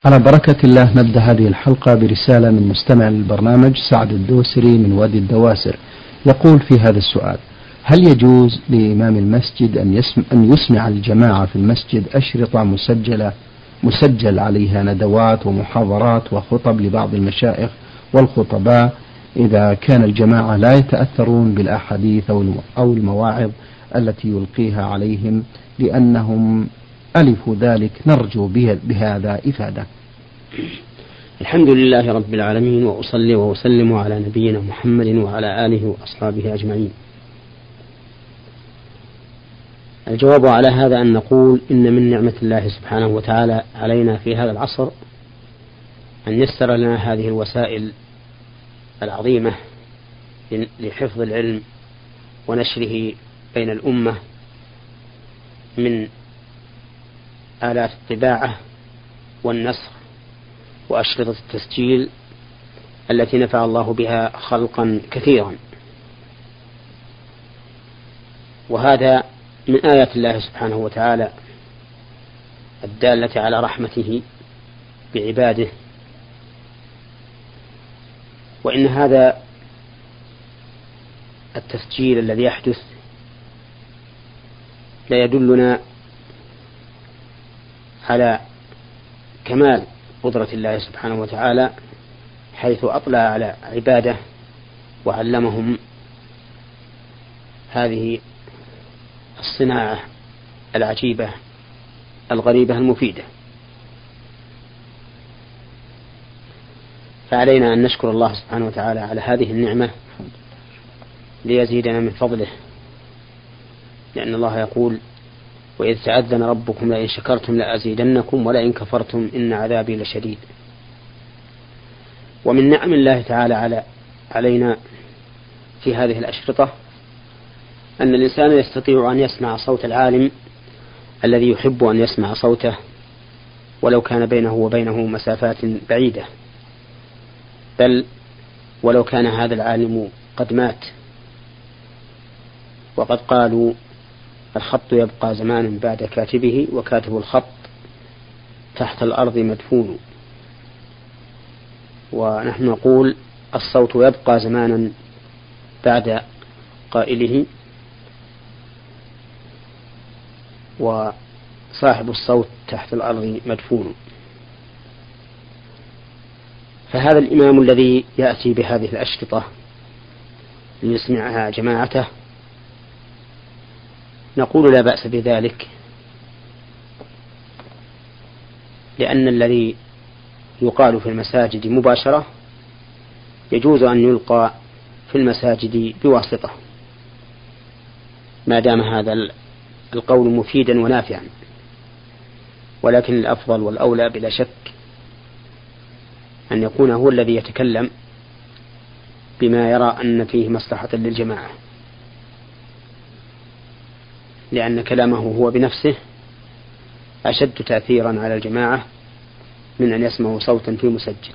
على بركة الله نبدأ هذه الحلقة برسالة من مستمع للبرنامج سعد الدوسري من وادي الدواسر. يقول في هذا السؤال: هل يجوز لإمام المسجد أن يسمع الجماعة في المسجد أشرطة مسجل عليها ندوات ومحاضرات وخطب لبعض المشايخ والخطباء إذا كان الجماعة لا يتأثرون بالأحاديث أو المواعظ التي يلقيها عليهم لأنهم ألفوا ذلك؟ نرجو بهذا إفادة. الحمد لله رب العالمين، وأصلي وأسلم على نبينا محمد وعلى آله وأصحابه أجمعين. الجواب على هذا أن نقول إن من نعمة الله سبحانه وتعالى علينا في هذا العصر أن يسر لنا هذه الوسائل العظيمة لحفظ العلم ونشره بين الأمة من آلات الطباعة والنسخ وأشرطة التسجيل التي نفع الله بها خلقا كثيرا، وهذا من آيات الله سبحانه وتعالى الدالة على رحمته بعباده. وإن هذا التسجيل الذي يحدث لا يدلنا على كمال قدرة الله سبحانه وتعالى، حيث أطلع على عباده وعلمهم هذه الصناعة العجيبة الغريبة المفيدة. فعلينا أن نشكر الله سبحانه وتعالى على هذه النعمة ليزيدنا من فضله، لأن الله يقول: وإذ تأذن ربكم لئن شكرتم لأزيدنكم ولئن كفرتم إن عذابي لشديد. ومن نعم الله تعالى علينا في هذه الأشرطة أن الإنسان يستطيع أن يسمع صوت العالم الذي يحب أن يسمع صوته ولو كان بينه وبينه مسافات بعيدة، بل ولو كان هذا العالم قد مات. وقد قالوا: الخط يبقى زمانا بعد كاتبه، وكاتب الخط تحت الأرض مدفون. ونحن نقول: الصوت يبقى زمانا بعد قائله، وصاحب الصوت تحت الأرض مدفون. فهذا الإمام الذي يأتي بهذه الأشرطة ليسمعها جماعته نقول لا بأس بذلك، لأن الذي يقال في المساجد مباشرة يجوز أن يلقى في المساجد بواسطة، ما دام هذا القول مفيدا ونافعا. ولكن الأفضل والأولى بلا شك أن يكون هو الذي يتكلم بما يرى أن فيه مصلحة للجماعة، لأن كلامه هو بنفسه أشد تأثيرا على الجماعة من أن يسمعوا صوتا في مسجل.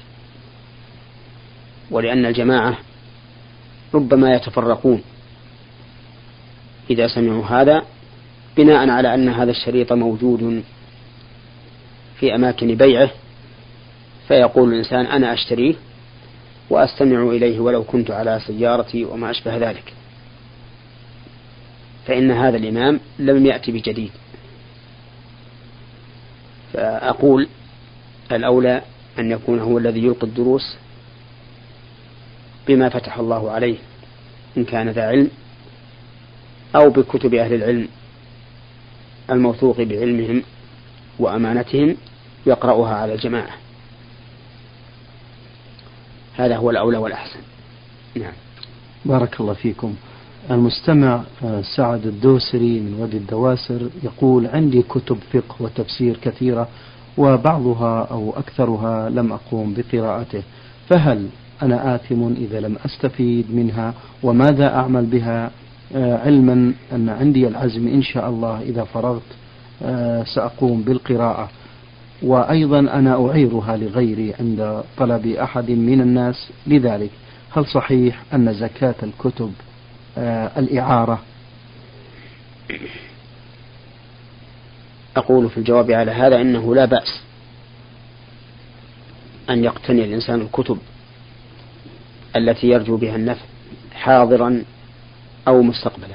ولأن الجماعة ربما يتفرقون إذا سمعوا هذا، بناء على أن هذا الشريط موجود في أماكن بيعه، فيقول الإنسان: أنا أشتريه وأستمع إليه ولو كنت على سيارتي وما أشبه ذلك. فإن هذا الإمام لم يأتي بجديد. فأقول: الأولى أن يكون هو الذي يلقي الدروس بما فتح الله عليه إن كان ذا علم، أو بكتب أهل العلم الموثوق بعلمهم وأمانتهم يقرأها على الجماعة. هذا هو الأولى والأحسن. نعم. بارك الله فيكم. المستمع سعد الدوسري من وادي الدواسر يقول: عندي كتب فقه وتفسير كثيرة، وبعضها أو أكثرها لم أقوم بقراءته، فهل أنا آثم إذا لم أستفيد منها؟ وماذا أعمل بها، علما أن عندي العزم إن شاء الله إذا فرغت سأقوم بالقراءة، وأيضا أنا أعيرها لغيري عند طلب أحد من الناس لذلك. هل صحيح أن زكاة الكتب الإعارة؟ أقول في الجواب على هذا إنه لا بأس أن يقتني الإنسان الكتب التي يرجو بها النفع حاضرا أو مستقبلا،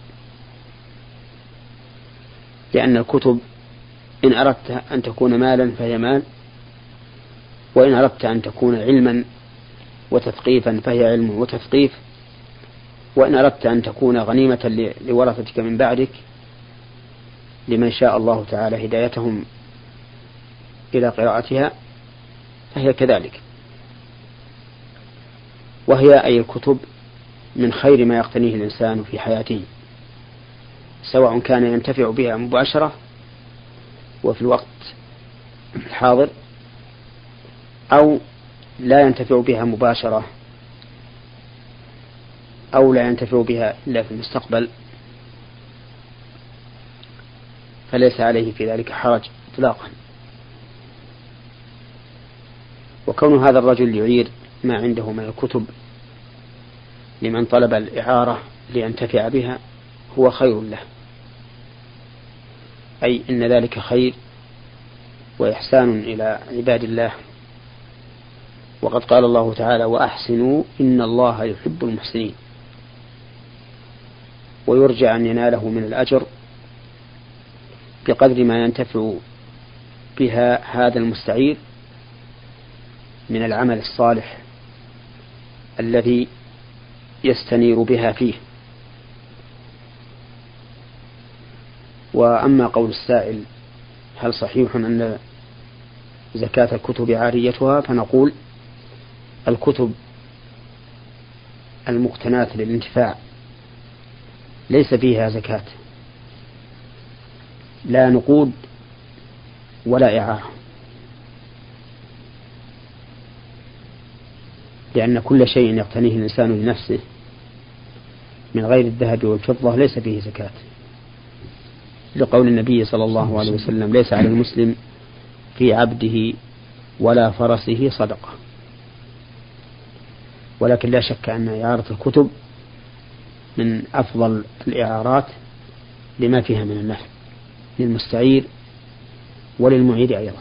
لأن الكتب إن أردت أن تكون مالا فهي مال، وإن أردت أن تكون علما وتثقيفا فهي علم وتثقيف، وإن أردت أن تكون غنيمة لورثتك من بعدك لمن شاء الله تعالى هدايتهم إلى قراءتها فهي كذلك. وهي أي الكتب من خير ما يقتنيه الإنسان في حياته، سواء كان ينتفع بها مباشرة وفي الوقت الحاضر، أو لا ينتفع بها مباشرة، أو لا ينتفع بها إلا في المستقبل، فليس عليه في ذلك حرج إطلاقا. وكون هذا الرجل يعير ما عنده من الكتب لمن طلب الإعارة لينتفع بها هو خير له، أي إن ذلك خير وإحسان إلى عباد الله. وقد قال الله تعالى: وأحسنوا إن الله يحب المحسنين. ويرجى أن يناله من الأجر بقدر ما ينتفع بها هذا المستعير من العمل الصالح الذي يستنير بها فيه. وأما قول السائل هل صحيح أن زكاة الكتب عاريتها، فنقول: الكتب المقتناة للانتفاع ليس فيها زكاة، لا نقود ولا إعارة، لأن كل شيء يقتنيه الإنسان لنفسه من غير الذهب والفضة ليس فيه زكاة، لقول النبي صلى الله عليه وسلم: ليس على المسلم في عبده ولا فرسه صدقة. ولكن لا شك أن إعارة الكتب من أفضل الإعارات لما فيها من النفع للمستعير وللمعيد أيضا.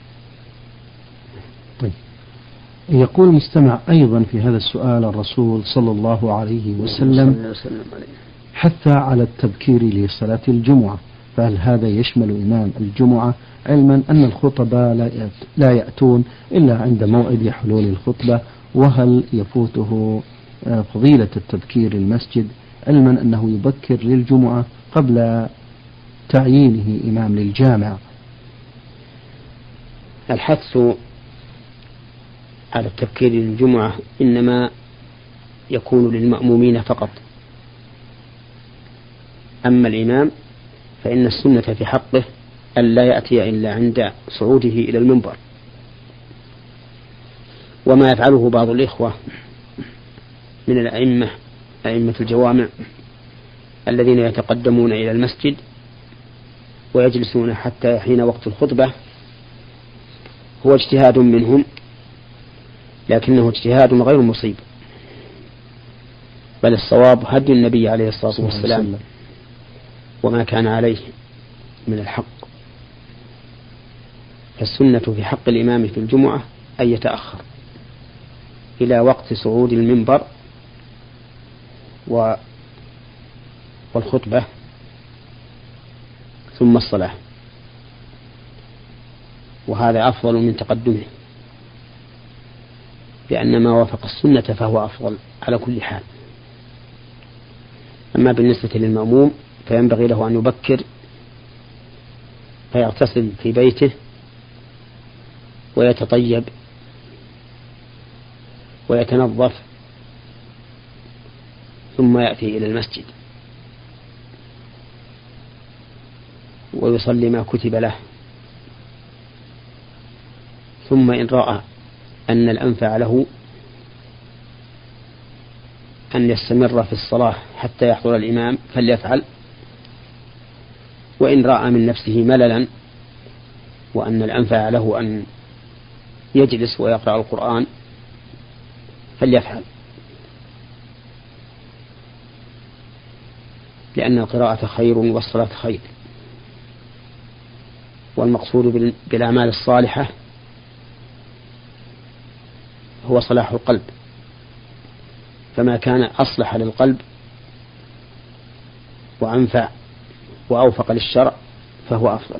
طيب. يقول المستمع أيضا في هذا السؤال: الرسول صلى الله عليه وسلم حث على التبكير لصلاة الجمعة، فهل هذا يشمل إمام الجمعة، علما أن الخطباء لا يأتون إلا عند موعد حلول الخطبة؟ وهل يفوته فضيلة التبكير للمسجد، علما أنه يبكر للجمعة قبل تعيينه إمام للجامع؟ الحث على التبكير للجمعة إنما يكون للمأمومين فقط، أما الإمام فإن السنة في حقه ألا يأتي إلا عند صعوده إلى المنبر. وما يفعله بعض الإخوة من أئمة الجوامع الذين يتقدمون إلى المسجد ويجلسون حتى حين وقت الخطبة هو اجتهاد منهم، لكنه اجتهاد غير مصيب، بل الصواب هدي النبي عليه الصلاة والسلام وما كان عليه من الحق. فالسنة في حق الإمام في الجمعة أن يتأخر إلى وقت صعود المنبر والخطبة ثم الصلاة، وهذا أفضل من تقدمه، لأن ما وافق السنة فهو أفضل على كل حال. أما بالنسبة للمأموم فينبغي له أن يبكر فيغتسل في بيته ويتطيب ويتنظف ثم يأتي إلى المسجد ويصلي ما كتب له، ثم إن رأى أن الأنفع له أن يستمر في الصلاة حتى يحضر الإمام فليفعل، وإن رأى من نفسه مللا وأن الأنفع له أن يجلس ويقرأ القرآن فليفعل، لأن القراءة خير والصلاة خير. والمقصود بالأعمال الصالحة هو صلاح القلب، فما كان أصلح للقلب وأنفع وأوفق للشرع فهو أفضل.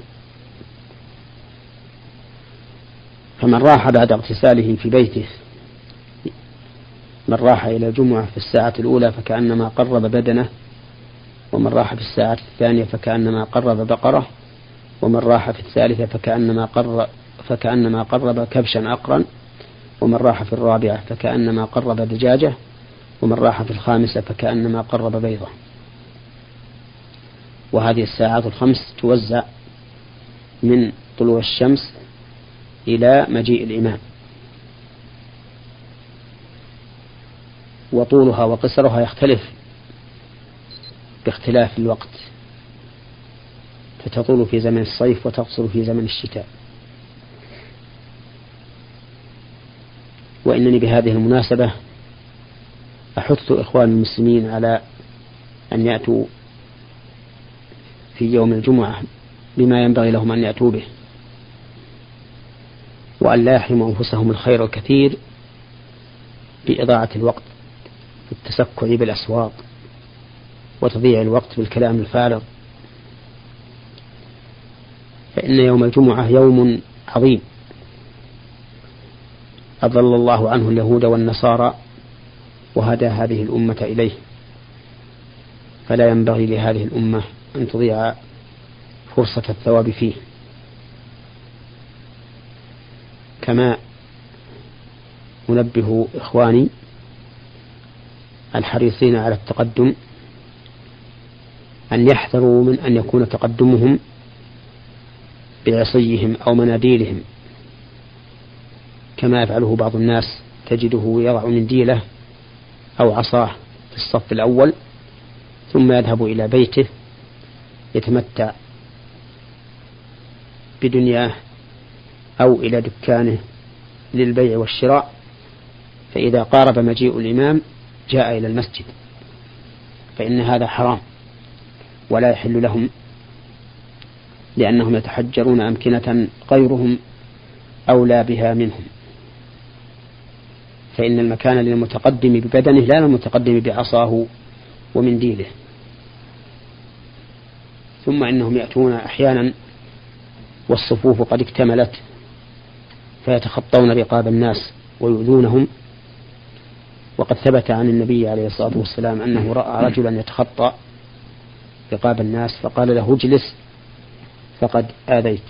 فمن راح بعد اغتساله في بيته، من راح إلى الجمعة في الساعة الأولى فكأنما قرب بدنه، ومن راح في الساعة الثانية فكأنما قرب بقرة، ومن راح في الثالثة فكأنما قرب كبشا أقرا، ومن راح في الرابعة فكأنما قرب دجاجة، ومن راح في الخامسة فكأنما قرب بيضة. وهذه الساعات الخمس توزع من طلوع الشمس إلى مجيء الإمام، وطولها وقصرها يختلف باختلاف الوقت، فتطول في زمن الصيف وتقصر في زمن الشتاء. وإنني بهذه المناسبة أحث إخوان المسلمين على أن يأتوا في يوم الجمعة بما ينبغي لهم أن يأتوا به، وأن لا يحرموا أنفسهم الخير الكثير بإضاعة الوقت في التسكع بالأسواق وتضييع الوقت بالكلام الفارغ، فإن يوم الجمعة يوم عظيم أضل الله عنه اليهود والنصارى وهدى هذه الأمة إليه، فلا ينبغي لهذه الأمة أن تضيع فرصة الثواب فيه. كما أنبه إخواني الحريصين على التقدم أن يحذروا من أن يكون تقدمهم بعصيهم أو مناديلهم، كما يفعله بعض الناس، تجده يضع منديله أو عصاه في الصف الأول ثم يذهب إلى بيته يتمتع بدنياه أو إلى دكانه للبيع والشراء، فإذا قارب مجيء الإمام جاء إلى المسجد، فإن هذا حرام ولا يحل لهم، لأنهم يتحجرون أمكنة غيرهم أولى بها منهم. فإن المكان للمتقدم ببدنه لا للمتقدم بعصاه ومنديله. ثم إنهم يأتون أحيانا والصفوف قد اكتملت فيتخطون رقاب الناس ويؤذونهم، وقد ثبت عن النبي عليه الصلاة والسلام أنه رأى رجلا يتخطى رقاب الناس فقال له اجلس فقد آذيت.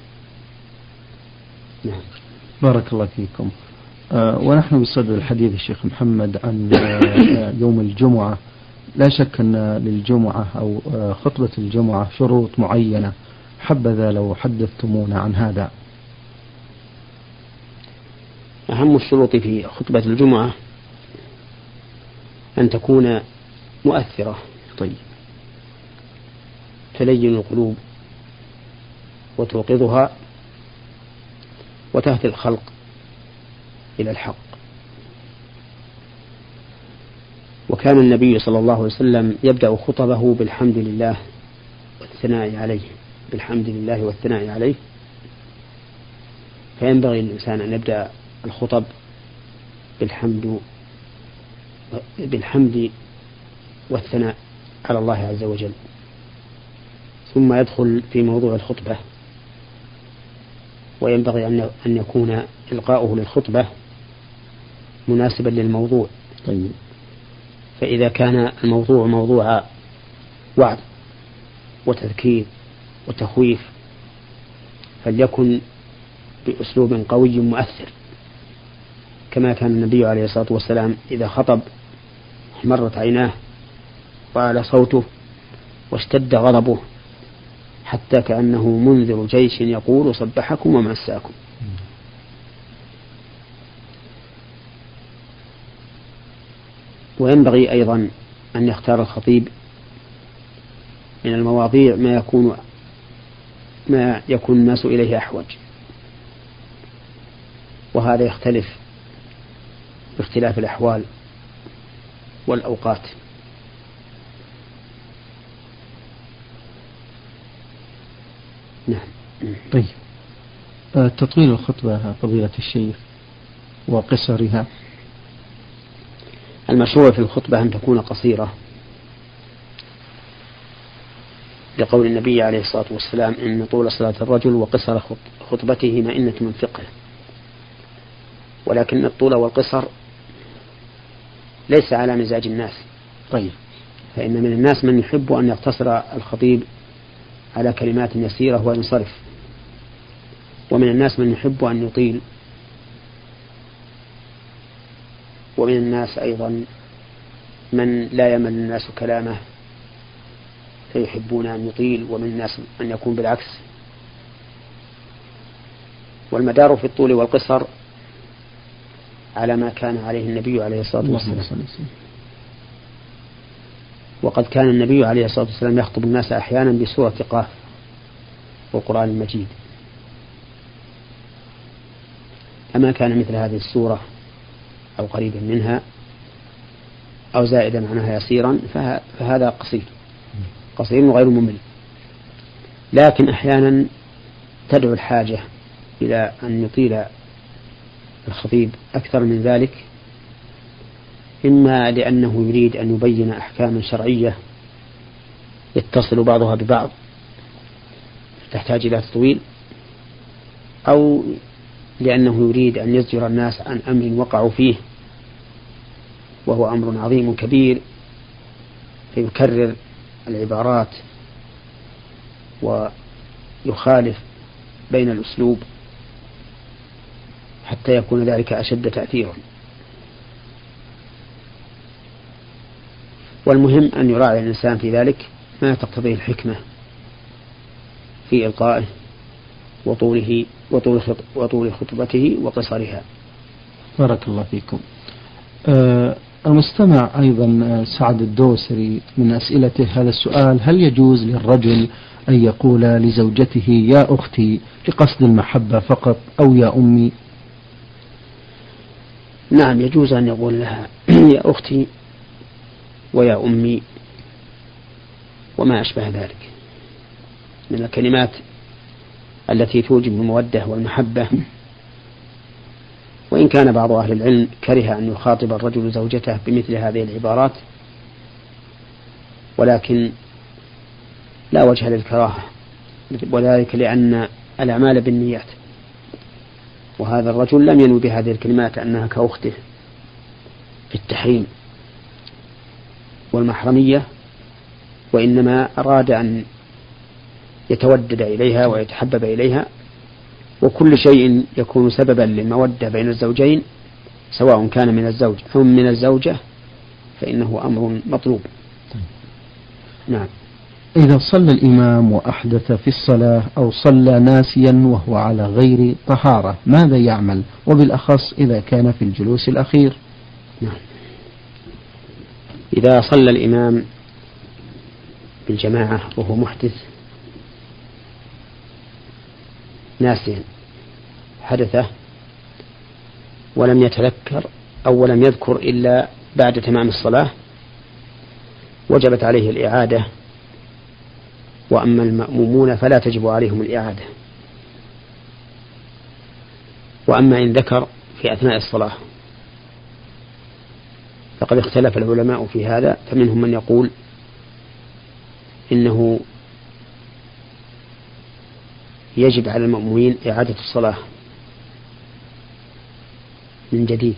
نعم. بارك الله فيكم. ونحن بصدد الحديث الشيخ محمد عن يوم الجمعة. لا شك أن للجمعة أو خطبة الجمعة شروط معينة، حبذا لو حدثتمونا عن هذا. أهم الشروط في خطبة الجمعة أن تكون مؤثرة، طيب، تلين القلوب وتوقظها وتهدي الخلق إلى الحق. وكان النبي صلى الله عليه وسلم يبدأ خطبه بالحمد لله والثناء عليه، بالحمد لله والثناء عليه، فينبغي للإنسان أن يبدأ الخطب بالحمد والثناء على الله عز وجل، ثم يدخل في موضوع الخطبة. وينبغي أن يكون إلقاؤه للخطبة مناسبا للموضوع. طيب. فإذا كان الموضوع موضوع وعظ وتذكير وتخويف فليكن بأسلوب قوي مؤثر، كما كان النبي عليه الصلاة والسلام إذا خطب مرت عيناه وعلى صوته واشتد غضبه حتى كأنه منذر جيش يقول صبحكم ومساكم. وينبغي أيضا أن يختار الخطيب من المواضيع ما يكون الناس إليه أحوج، وهذا يختلف باختلاف الأحوال والأوقات. نعم. طيب، تطويل الخطبة فضيلة الشيخ وقصرها؟ المشروع في الخطبة أن تكون قصيرة، لقول النبي عليه الصلاة والسلام: إن طول صلاة الرجل وقصر خطبته مئنة من فقه. ولكن الطول والقصر ليس على مزاج الناس. طيب. فإن من الناس من يحب أن يقتصر الخطيب على كلمات يسيرة وينصرف، ومن الناس من يحب أن يطيل، ومن الناس أيضا من لا يمل الناس كلامه فيحبون أن يطيل، ومن الناس أن يكون بالعكس. والمدار في الطول والقصر على ما كان عليه النبي عليه الصلاة والسلام. وقد كان النبي عليه الصلاة والسلام يخطب الناس أحيانا بسورة قاف والقرآن المجيد، أما كان مثل هذه السورة أو قريبا منها أو زائدا عنها يسيرا فهذا قصير وغير ممل. لكن أحيانا تدعو الحاجة إلى أن يطيل الخطيب أكثر من ذلك، إما لأنه يريد أن يبين أحكاما شرعية يتصل بعضها ببعض تحتاج إلى تطويل، أو لأنه يريد أن يزجر الناس عن أمر وقعوا فيه وهو أمر عظيم كبير، فيكرر العبارات ويخالف بين الأسلوب حتى يكون ذلك أشد تأثيرا. والمهم أن يراعي الإنسان في ذلك ما تقتضيه الحكمة في إلقائه وطول خطبته وقصرها. بارك الله فيكم. المستمع أيضا سعد الدوسري من أسئلته هذا السؤال: هل يجوز للرجل أن يقول لزوجته يا أختي لقصد المحبة فقط أو يا أمي؟ نعم، يجوز أن يقول لها يا أختي ويا أمي وما أشبه ذلك من الكلمات التي توجب المودة والمحبة. وإن كان بعض أهل العلم كره أن يخاطب الرجل زوجته بمثل هذه العبارات، ولكن لا وجه للكراهة، وذلك لأن الأعمال بالنيات، وهذا الرجل لم ينوي بهذه الكلمات أنها كأخته في التحريم والمحرمية، وإنما أراد أن يتودد إليها ويتحبب إليها. وكل شيء يكون سببا للمودة بين الزوجين سواء كان من الزوج أو من الزوجة فإنه أمر مطلوب. نعم. إذا صلى الإمام وأحدث في الصلاة أو صلى ناسيا وهو على غير طهارة ماذا يعمل، وبالأخص إذا كان في الجلوس الأخير؟ نعم. إذا صلى الإمام بالجماعة وهو محدث ناسيا حدثه ولم يتذكر أو لم يذكر إلا بعد تمام الصلاة وجبت عليه الإعادة، وأما المأمومون فلا تجب عليهم الإعادة. وأما إن ذكر في أثناء الصلاة فقد اختلف العلماء في هذا، فمنهم من يقول إنه يجب على المأمومين إعادة الصلاة من جديد،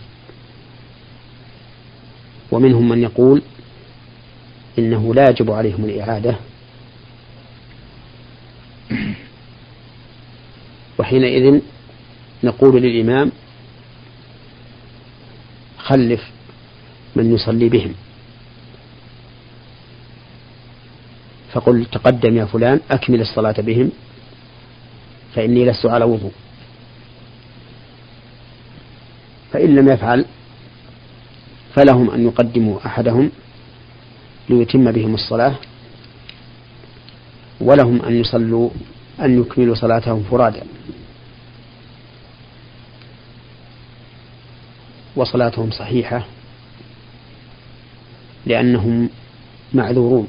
ومنهم من يقول إنه لا يجب عليهم الإعادة، وحينئذ نقول للإمام خلف من يصلي بهم، فقل تقدم يا فلان أكمل الصلاة بهم فإني لست على وضوء. فإن لم يفعل فلهم أن يقدموا أحدهم ليتم بهم الصلاة، ولهم أن يكملوا صلاتهم فرادا، وصلاتهم صحيحة لأنهم معذورون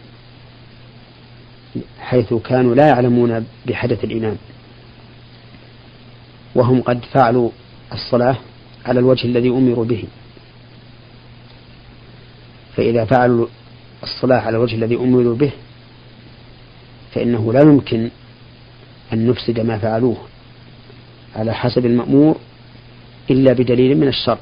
حيث كانوا لا يعلمون بحدث الإمام، وهم قد فعلوا الصلاة على الوجه الذي أمروا به، فإذا فعلوا الصلاة على الوجه الذي أمروا به فإنه لا يمكن أن نفسد ما فعلوه على حسب المأمور إلا بدليل من الشرع،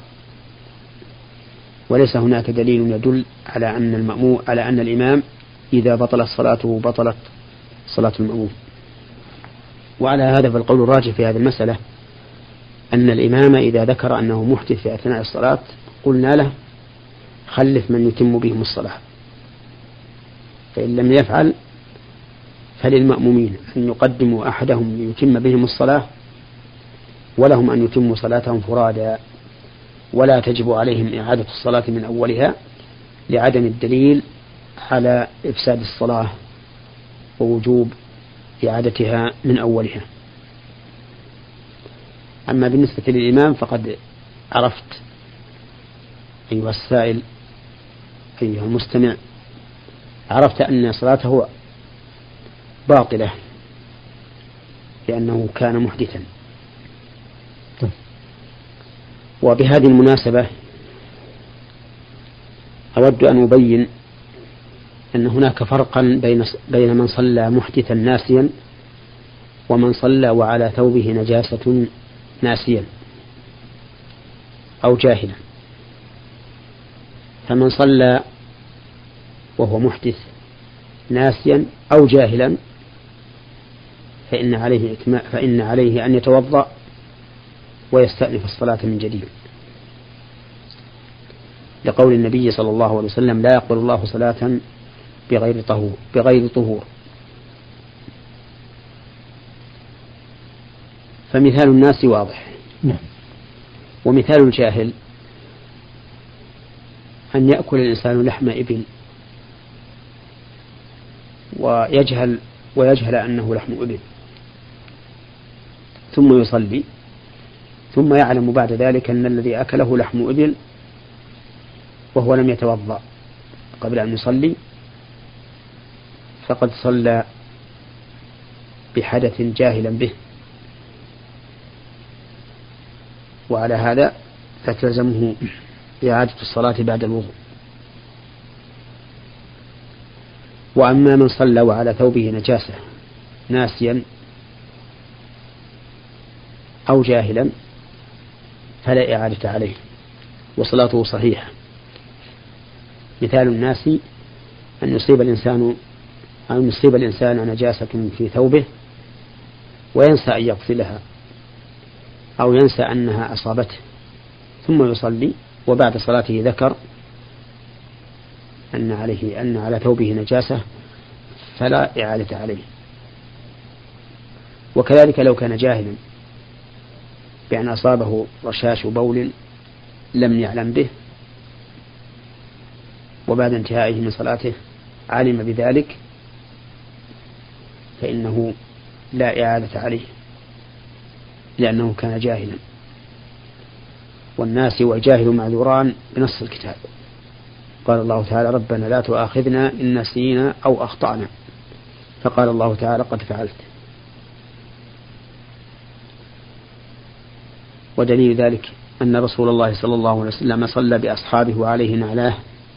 وليس هناك دليل يدل على أن الإمام إذا بطلت صلاته بطلت صلاة المأموم. وعلى هذا فالقول الراجح في هذه المسألة أن الإمام إذا ذكر أنه محدث في أثناء الصلاة قلنا له خلف من يتم بهم الصلاة، فإن لم يفعل فللمأمومين أن يقدموا أحدهم ليتم بهم الصلاة، ولهم أن يتموا صلاتهم فرادا، ولا تجب عليهم إعادة الصلاة من أولها لعدم الدليل على إفساد الصلاة ووجوب إعادتها من أولها. أما بالنسبة للإمام فقد عرفت أيها السائل أيها المستمع، عرفت أن صلاته باطلة لأنه كان محدثا. وبهذه المناسبة أود أن أبين أن هناك فرقا بين من صلى محدثا ناسيا ومن صلى وعلى ثوبه نجاسة ناسيا أو جاهلا. فمن صلى وهو محدث ناسيا أو جاهلا فإن عليه أن يتوضأ ويستأنف الصلاة من جديد، لقول النبي صلى الله عليه وسلم لا يقبل الله صلاة بغير طهور. فمثال الناس واضح. ومثال الجاهل أن يأكل الإنسان لحم إبل ويجهل أنه لحم إبل ثم يصلي، ثم يعلم بعد ذلك أن الذي أكله لحم إبل وهو لم يتوضأ قبل أن يصلي، فقد صلى بحدث جاهلا به، وعلى هذا فتلزمه إعادة الصلاة بعد الوضوء. وأما من صلى وعلى ثوبه نجاسة ناسيا أو جاهلا فلا إعادة عليه وصلاته صحيحة. مثال الناس أن يصيب الإنسان نجاسة في ثوبه وينسى أن يغسلها أو ينسى أنها أصابته ثم يصلي، وبعد صلاته ذكر أن على ثوبه نجاسة فلا إعادة عليه. وكذلك لو كان جاهلا بأن أصابه رشاش بول لم يعلم به وبعد انتهائه من صلاته علم بذلك فإنه لا إعادة عليه لأنه كان جاهلا. والناس والجاهل معذوران بنص الكتاب. قال الله تعالى ربنا لا تؤاخذنا إن نسينا أو أخطأنا، فقال الله تعالى قد فعلت. ودليل ذلك أن رسول الله صلى الله عليه وسلم صلى بأصحابه وعليه نعلاه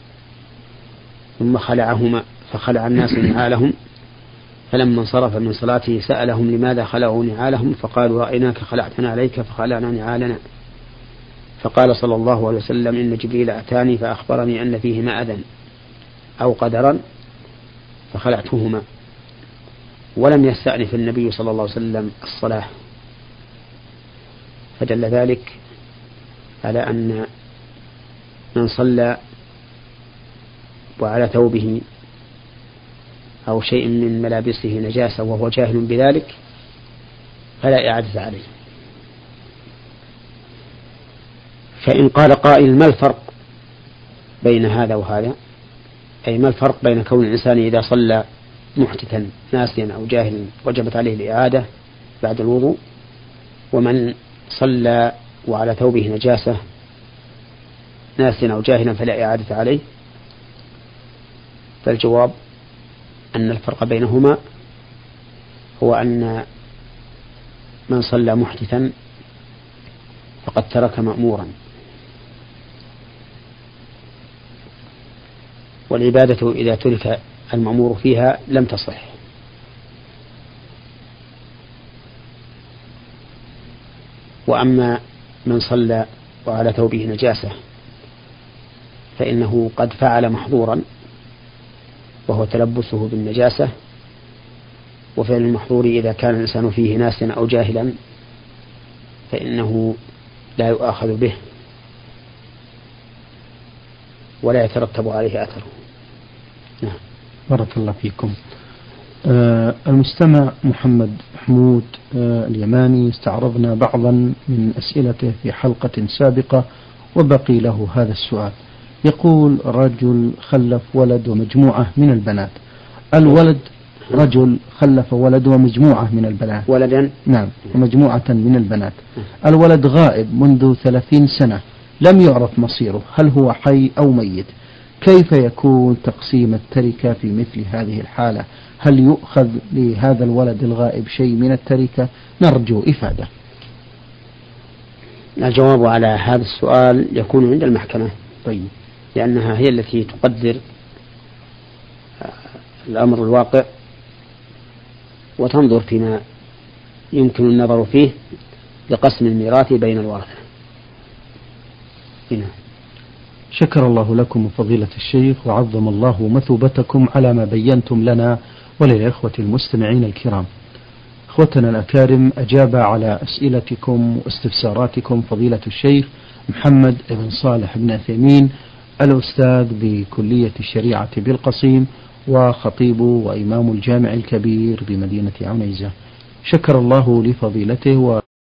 ثم خلعهما فخلع الناس نعالهم، فلما انصرف من صلاته سألهم لماذا خلعوا نعالهم، فقالوا رأيناك خلعتنا عليك فخلعنا نعالنا. فقال صلى الله عليه وسلم إن جبريل أتاني فأخبرني أن فيهما أذى أو قدرا فخلعتهما. ولم يستأنف النبي صلى الله عليه وسلم الصلاة، فدل ذلك على أن من صلى وعلى ثوبه أو شيء من ملابسه نجاسة وهو جاهل بذلك فلا إعادة عليه. فإن قال قائل ما الفرق بين هذا وهذا، أي ما الفرق بين كون الإنسان إذا صلى محدثا ناسيا أو جاهلا وجبت عليه الإعادة بعد الوضوء، ومن صلى وعلى ثوبه نجاسة ناسيا أو جاهلا فلا إعادة عليه؟ فالجواب أن الفرق بينهما هو أن من صلى محدثا فقد ترك مأمورا. والعبادة إذا ترك المأمور فيها لم تصح. وأما من صلى وعلى ثوبه نجاسة فإنه قد فعل محظورا وهو تلبسه بالنجاسة، وفعل المحظور إذا كان الإنسان فيه ناسيا أو جاهلا فإنه لا يؤاخذ به ولا يترتب عليه أثره. نعم. بارك الله فيكم. المستمع محمد محمود اليماني استعرضنا بعضا من أسئلته في حلقة سابقة وبقي له هذا السؤال. يقول: رجل خلف ولد ومجموعة من البنات. الولد رجل خلف ولد ومجموعة من البنات. ولدا؟ نعم، ومجموعة من البنات. الولد غائب منذ 30 سنة لم يعرف مصيره، هل هو حي أو ميت؟ كيف يكون تقسيم التركة في مثل هذه الحالة؟ هل يؤخذ لهذا الولد الغائب شيء من التركة؟ نرجو إفادة. الجواب على هذا السؤال يكون عند المحكمة. طيب. لأنها هي التي تقدر الأمر الواقع وتنظر فيما يمكن النظر فيه لقسم الميراث بين الورثة. هنا. شكر الله لكم فضيلة الشيخ وعظم الله مثوبتكم على ما بينتم لنا وللإخوة المستمعين الكرام. إخوتنا الأكارم، أجاب على أسئلتكم واستفساراتكم فضيلة الشيخ محمد بن صالح بن عثيمين، الأستاذ بكلية الشريعة بالقصيم وخطيب وإمام الجامع الكبير بمدينة عنيزة. شكر الله لفضيلته